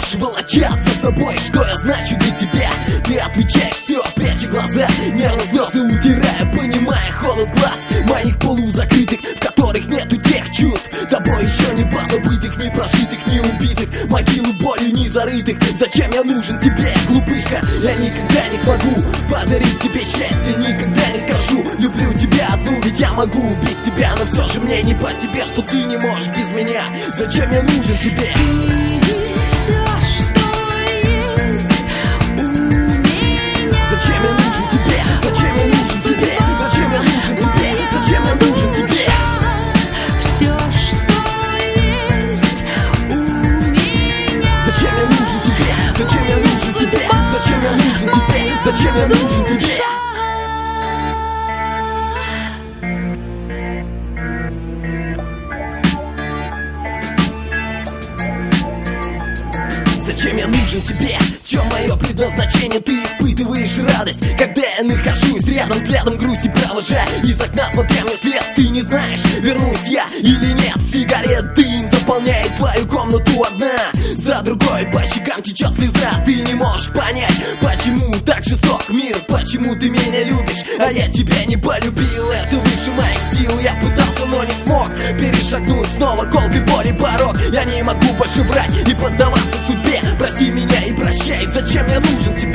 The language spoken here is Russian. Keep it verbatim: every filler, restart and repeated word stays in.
идешь, волоча за собой. Что я значу для тебя? Ты отвечаешь, все, пряча глаза, нервно слезы утирая, понимая холод глаз моих полузакрытых, в которых нету тех чувств, тобой еще не позабытых, не прожитых, не убитых, могилу болью не зарытых. Зачем я нужен тебе, глупышка? Я никогда не смогу подарить тебе счастье, никогда не скажу люблю тебя одну, ведь я могу без тебя, но все же мне не по себе, что ты не можешь без меня. Зачем я нужен тебе? Зачем я нужен тебе? Зачем я нужен тебе? Зачем я нужен тебе? Зачем я нужен тебе? Все, что есть у меня. Зачем я нужен тебе? Зачем я нужен тебе? Зачем я нужен тебе? Зачем я нужен тебе? Зачем я нужен тебе? В чем мое предназначение? Ты испытываешь радость, когда я нахожусь рядом, взглядом грусти провожая из окна, смотря мне вслед. Ты не знаешь, вернусь я или нет. Сигарет дым заполняет твою комнату одна за другой, по щекам течет слеза. Ты не можешь понять, почему так жесток мир, почему ты меня любишь, а я тебя не полюбил. Это выше моих сил, я пытался, но не смог перешагнуть снова колкой боли порог. Я не могу больше врать и поддаваться судьбе. Прости меня и прощай, зачем я нужен тебе?